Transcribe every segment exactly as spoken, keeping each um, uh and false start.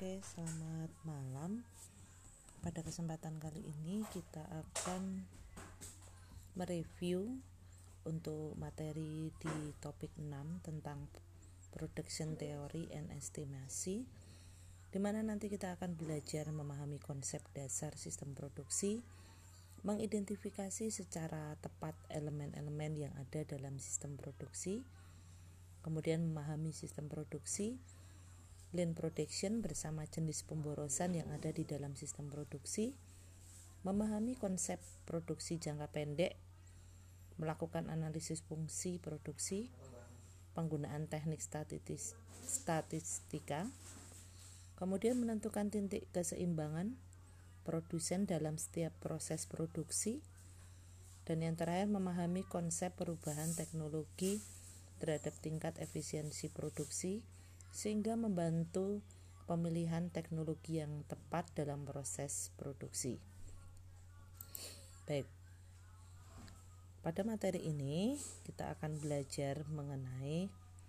Oke, selamat malam. Pada kesempatan kali ini kita akan mereview untuk materi di topik enam tentang Production Theory and Estimasi, di mana nanti kita akan belajar memahami konsep dasar sistem produksi, mengidentifikasi secara tepat elemen-elemen yang ada dalam sistem produksi, kemudian memahami sistem produksi, lean production bersama jenis pemborosan yang ada di dalam sistem produksi, memahami konsep produksi jangka pendek, melakukan analisis fungsi produksi, penggunaan teknik statistis, statistika, kemudian menentukan titik keseimbangan produsen dalam setiap proses produksi, dan yang terakhir memahami konsep perubahan teknologi terhadap tingkat efisiensi produksi sehingga membantu pemilihan teknologi yang tepat dalam proses produksi. Baik, pada materi ini kita akan belajar mengenai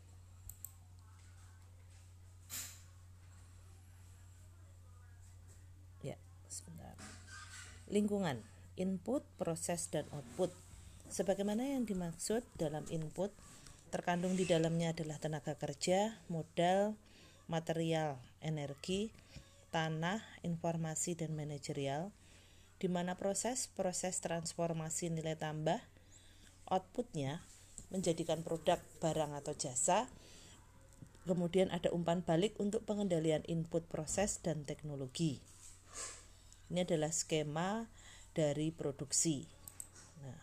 ya, sebentar. Lingkungan, input, proses, dan output. Sebagaimana yang dimaksud dalam input, terkandung di dalamnya adalah tenaga kerja, modal, material, energi, tanah, informasi, dan manajerial, di mana proses-proses transformasi nilai tambah, outputnya menjadikan produk, barang, atau jasa. Kemudian ada umpan balik untuk pengendalian input proses dan teknologi. Ini adalah skema dari produksi. Nah,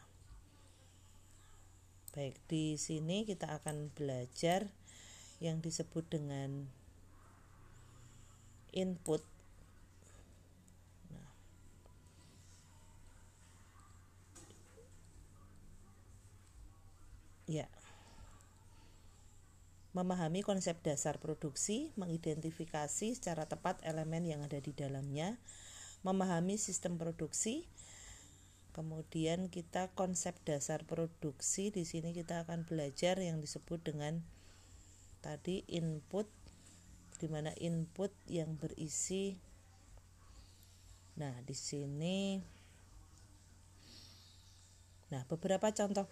baik, di sini kita akan belajar yang disebut dengan input. Nah, ya, memahami konsep dasar produksi, mengidentifikasi secara tepat elemen yang ada di dalamnya, memahami sistem produksi. Kemudian kita konsep dasar produksi, di sini kita akan belajar yang disebut dengan tadi input, di mana input yang berisi. Nah, di sini nah beberapa contoh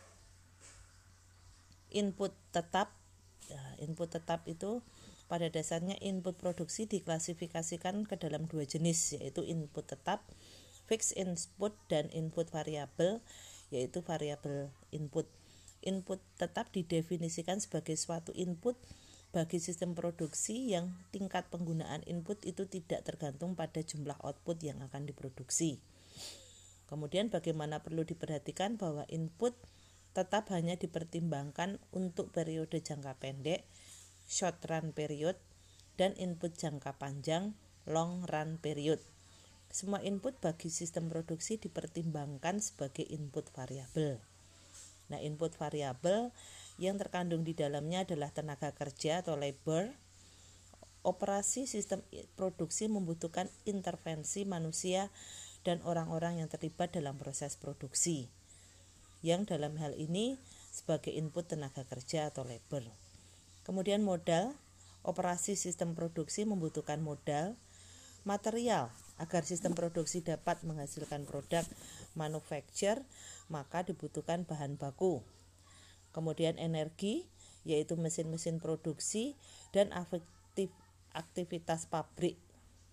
input tetap. Nah, input tetap itu pada dasarnya input produksi diklasifikasikan ke dalam dua jenis, yaitu input tetap fixed input dan input variabel, yaitu variabel input. Input tetap didefinisikan sebagai suatu input bagi sistem produksi yang tingkat penggunaan input itu tidak tergantung pada jumlah output yang akan diproduksi. Kemudian bagaimana perlu diperhatikan bahwa input tetap hanya dipertimbangkan untuk periode jangka pendek, short run period, dan input jangka panjang, long run period. Semua input bagi sistem produksi dipertimbangkan sebagai input variabel. Nah, input variabel yang terkandung di dalamnya adalah tenaga kerja atau labor. Operasi sistem produksi membutuhkan intervensi manusia dan orang-orang yang terlibat dalam proses produksi, yang dalam hal ini sebagai input tenaga kerja atau labor. Kemudian modal, operasi sistem produksi membutuhkan modal, material. Agar sistem produksi dapat menghasilkan produk manufacture, maka dibutuhkan bahan baku. Kemudian energi, yaitu mesin-mesin produksi dan aktivitas pabrik.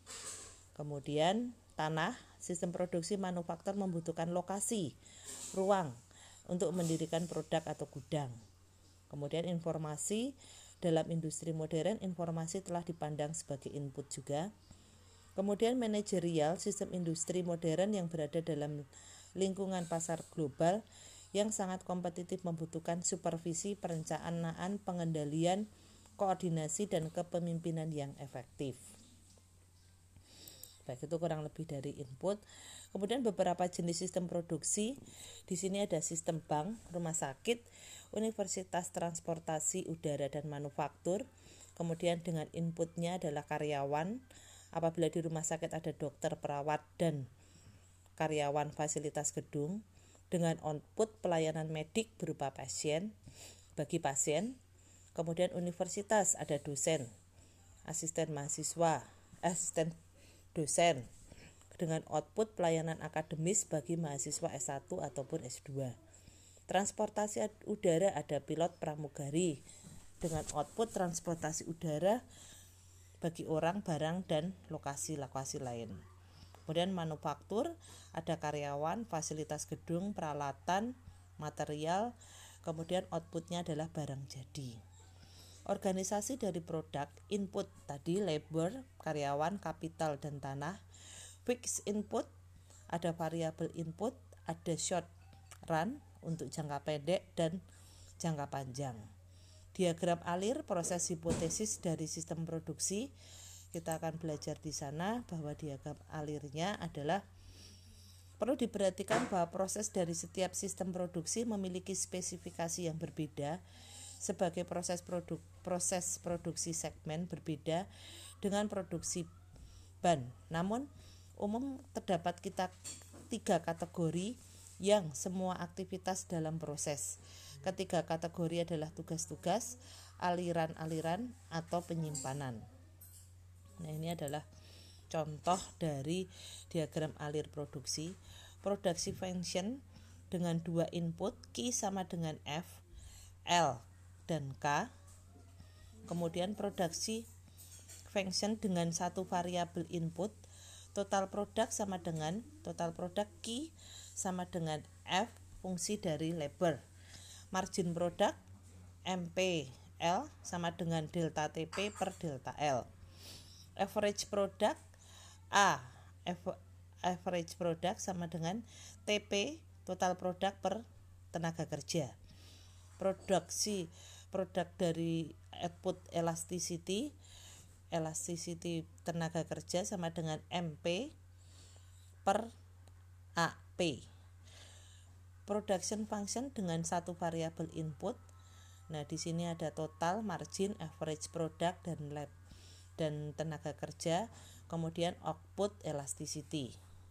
Kemudian tanah, sistem produksi manufaktur membutuhkan lokasi, ruang untuk mendirikan produk atau gudang. Kemudian informasi, dalam industri modern informasi telah dipandang sebagai input juga. Kemudian manajerial, sistem industri modern yang berada dalam lingkungan pasar global yang sangat kompetitif membutuhkan supervisi, perencanaan, pengendalian, koordinasi, dan kepemimpinan yang efektif. Baik, itu kurang lebih dari input. Kemudian beberapa jenis sistem produksi. Di sini ada sistem bank, rumah sakit, universitas, transportasi udara, dan manufaktur. Kemudian dengan inputnya adalah karyawan. Apabila di rumah sakit ada dokter, perawat, dan karyawan fasilitas gedung. Dengan output pelayanan medik berupa pasien, bagi pasien. Kemudian universitas ada dosen, asisten mahasiswa, asisten dosen dengan output pelayanan akademis bagi mahasiswa S satu ataupun S dua. Transportasi udara ada pilot pramugari dengan output transportasi udara bagi orang, barang, dan lokasi-lokasi lain. Kemudian manufaktur ada karyawan, fasilitas gedung, peralatan, material, kemudian outputnya adalah barang jadi. Organisasi dari produk, input tadi labor, karyawan, kapital, dan tanah. Fixed input, ada variabel input, ada short run untuk jangka pendek dan jangka panjang. Diagram alir, proses hipotesis dari sistem produksi. Kita akan belajar di sana bahwa diagram alirnya adalah perlu diperhatikan bahwa proses dari setiap sistem produksi memiliki spesifikasi yang berbeda sebagai proses produk proses produksi segmen berbeda dengan produksi ban. Namun umum terdapat kita tiga kategori yang semua aktivitas dalam proses. Ketiga kategori adalah tugas-tugas, aliran-aliran, atau penyimpanan. Nah, ini adalah contoh dari diagram alir produksi. Produksi function dengan dua input, Q sama dengan F, L dan K. Kemudian produksi function dengan satu variabel input, total produk sama dengan total produk Q sama dengan F fungsi dari labor. Margin produk M P L sama dengan delta T P per delta L. Average product A average product sama dengan T P total produk per tenaga kerja. Produksi produk dari output elasticity elasticity tenaga kerja sama dengan M P per A P. Production function dengan satu variabel input. Nah, di sini ada total, margin, average product dan lab dan tenaga kerja, kemudian output elasticity.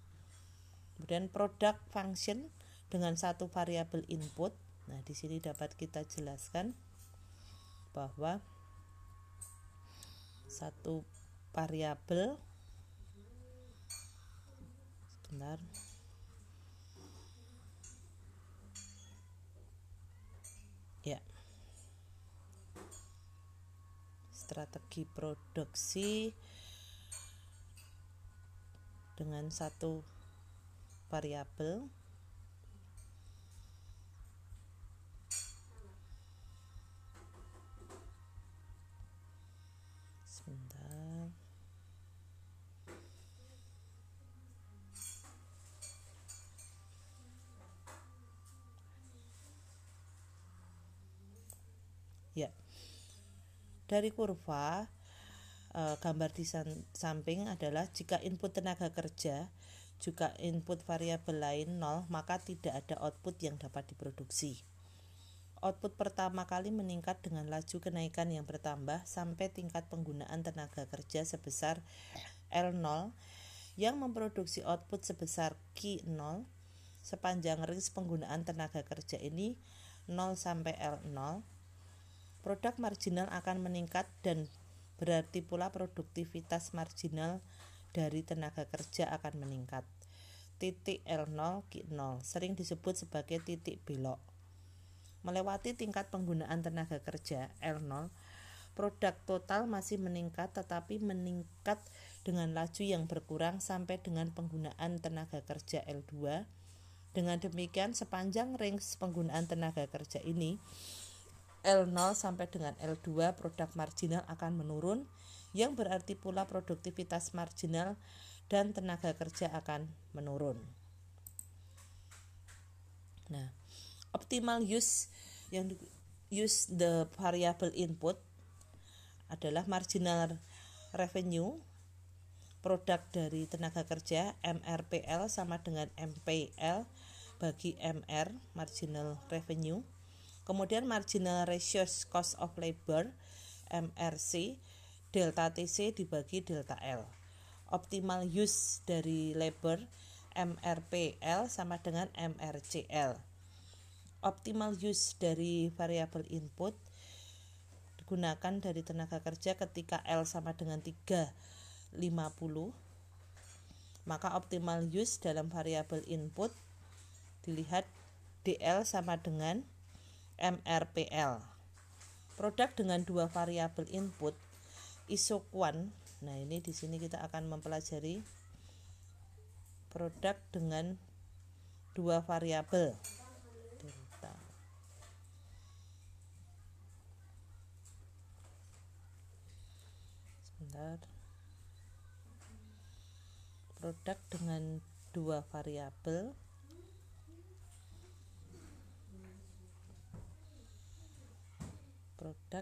Kemudian product function dengan satu variabel input. Nah, di sini dapat kita jelaskan bahwa satu variabel sebentar ya strategi produksi dengan satu variabel sebentar ya dari kurva eh, gambar di samping adalah jika input tenaga kerja juga input variabel lain nol, maka tidak ada output yang dapat diproduksi. Output pertama kali meningkat dengan laju kenaikan yang bertambah sampai tingkat penggunaan tenaga kerja sebesar L nol yang memproduksi output sebesar Q nol. Sepanjang range penggunaan tenaga kerja ini nol sampai L nol, produk marginal akan meningkat dan berarti pula produktivitas marginal dari tenaga kerja akan meningkat. Titik L nol Q nol sering disebut sebagai titik belok. Melewati tingkat penggunaan tenaga kerja L nol, produk total masih meningkat tetapi meningkat dengan laju yang berkurang sampai dengan penggunaan tenaga kerja L dua. Dengan demikian sepanjang range penggunaan tenaga kerja ini L nol sampai dengan L dua produk marginal akan menurun, yang berarti pula produktivitas marginal dan tenaga kerja akan menurun. Nah, optimal use yang use the variable input adalah marginal revenue produk dari tenaga kerja M R P L sama dengan M P L bagi M R marginal revenue. Kemudian marginal ratios cost of labor M R C delta T C dibagi delta L. Optimal use dari labor M R P L sama dengan M R C L. Optimal use dari variabel input digunakan dari tenaga kerja ketika L sama dengan tiga, lima puluh, maka optimal use dalam variabel input dilihat D L sama dengan M R P L. Produk dengan dua variabel input isoquant. Nah, ini di sini kita akan mempelajari produk dengan dua variabel. Delta. Sebentar. Produk dengan dua variabel produk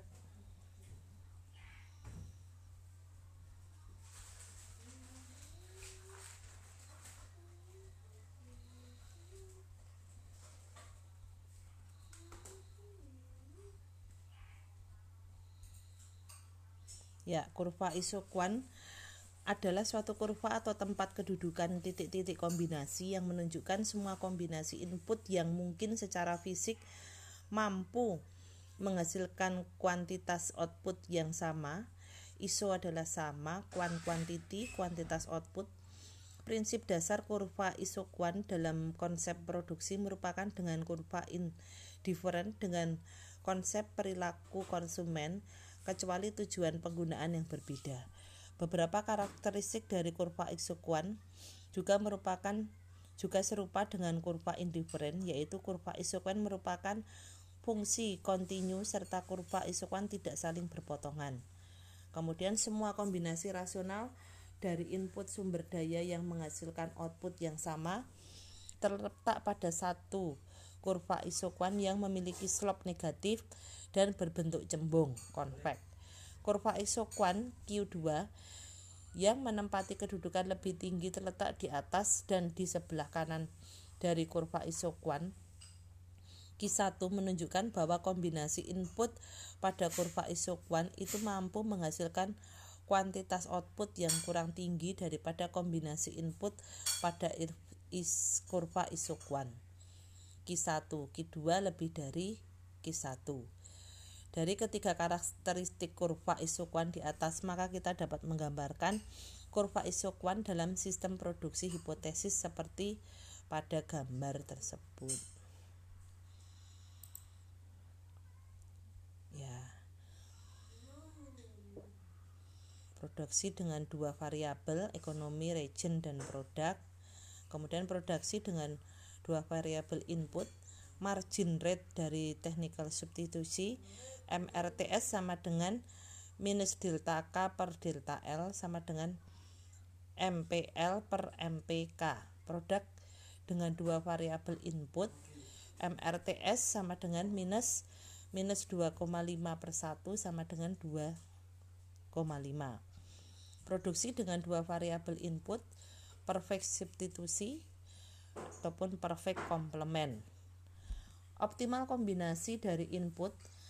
ya, kurva isoquant adalah suatu kurva atau tempat kedudukan titik-titik kombinasi yang menunjukkan semua kombinasi input yang mungkin secara fisik mampu menghasilkan kuantitas output yang sama. Iso adalah sama, quant quantity, kuantitas output. Prinsip dasar kurva isoquant dalam konsep produksi merupakan dengan kurva indifferent dengan konsep perilaku konsumen, kecuali tujuan penggunaan yang berbeda. Beberapa karakteristik dari kurva isoquant juga merupakan juga serupa dengan kurva indifferent, yaitu kurva isoquant merupakan fungsi kontinu serta kurva isoquant tidak saling berpotongan. Kemudian semua kombinasi rasional dari input sumber daya yang menghasilkan output yang sama terletak pada satu kurva isoquant yang memiliki slope negatif dan berbentuk cembung konveks. Kurva isoquant Q dua yang menempati kedudukan lebih tinggi terletak di atas dan di sebelah kanan dari kurva isoquant Q satu menunjukkan bahwa kombinasi input pada kurva isoquant itu mampu menghasilkan kuantitas output yang kurang tinggi daripada kombinasi input pada is kurva isoquant Q satu, Q dua lebih dari Q satu. Dari ketiga karakteristik kurva isoquant di atas, maka kita dapat menggambarkan kurva isoquant dalam sistem produksi hipotesis seperti pada gambar tersebut. Ya. Produksi dengan dua variabel, ekonomi, region, dan produk. Kemudian produksi dengan dua variabel input, margin rate dari technical substitusi, M R T S sama dengan minus delta K per delta L sama dengan M P L per M P K. Produk dengan dua variabel input, M R T S sama dengan minus minus dua koma lima per satu sama dengan dua koma lima. Produksi dengan dua variabel input, perfect substitusi ataupun perfect complement. Optimal kombinasi dari input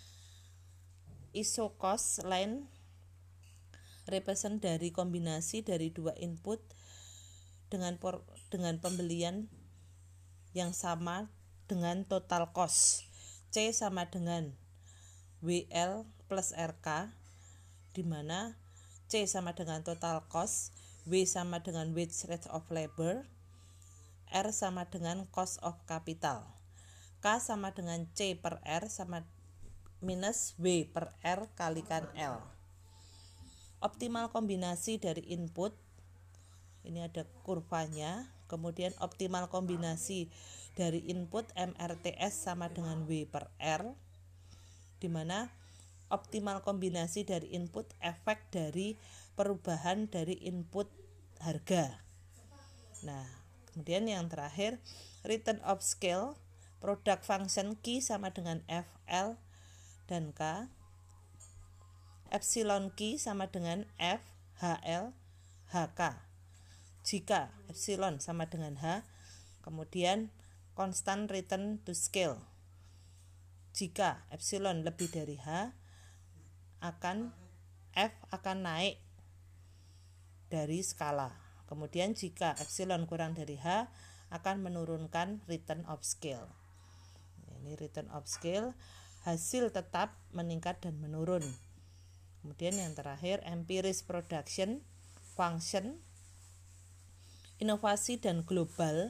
iso cost line represent dari kombinasi dari dua input dengan por, dengan pembelian yang sama dengan total cost. C sama dengan W L plus R K, di mana C sama dengan total cost, W sama dengan wage rate of labor, R sama dengan cost of capital, K sama dengan C per R sama minus W per R kalikan L. Optimal kombinasi dari input, ini ada kurvanya, kemudian optimal kombinasi dari input M R T S sama dengan W per R, di mana optimal kombinasi dari input efek dari perubahan dari input harga. Nah, kemudian yang terakhir return of scale, product function Q sama dengan F L dan K, epsilon Q sama dengan F H L H K. Jika epsilon sama dengan H, kemudian constant return to scale. Jika epsilon lebih dari H, akan F akan naik dari skala. Kemudian jika epsilon kurang dari H, akan menurunkan return of scale. Ini return of scale, hasil tetap meningkat dan menurun. Kemudian yang terakhir empiris production, function, inovasi dan global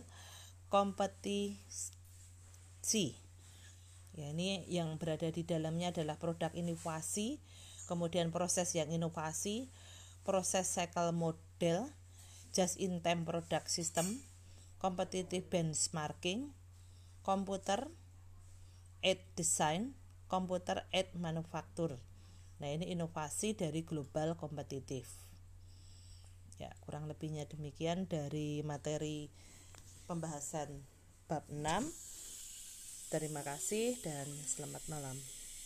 kompetisi. Ya, ini yang berada di dalamnya adalah produk inovasi, kemudian proses yang inovasi, proses cycle model, just in time product system, competitive benchmarking, computer aid design, computer aid manufacture. Nah, ini inovasi dari global kompetitif. Ya, kurang lebihnya demikian dari materi pembahasan bab enam. Terima kasih dan selamat malam.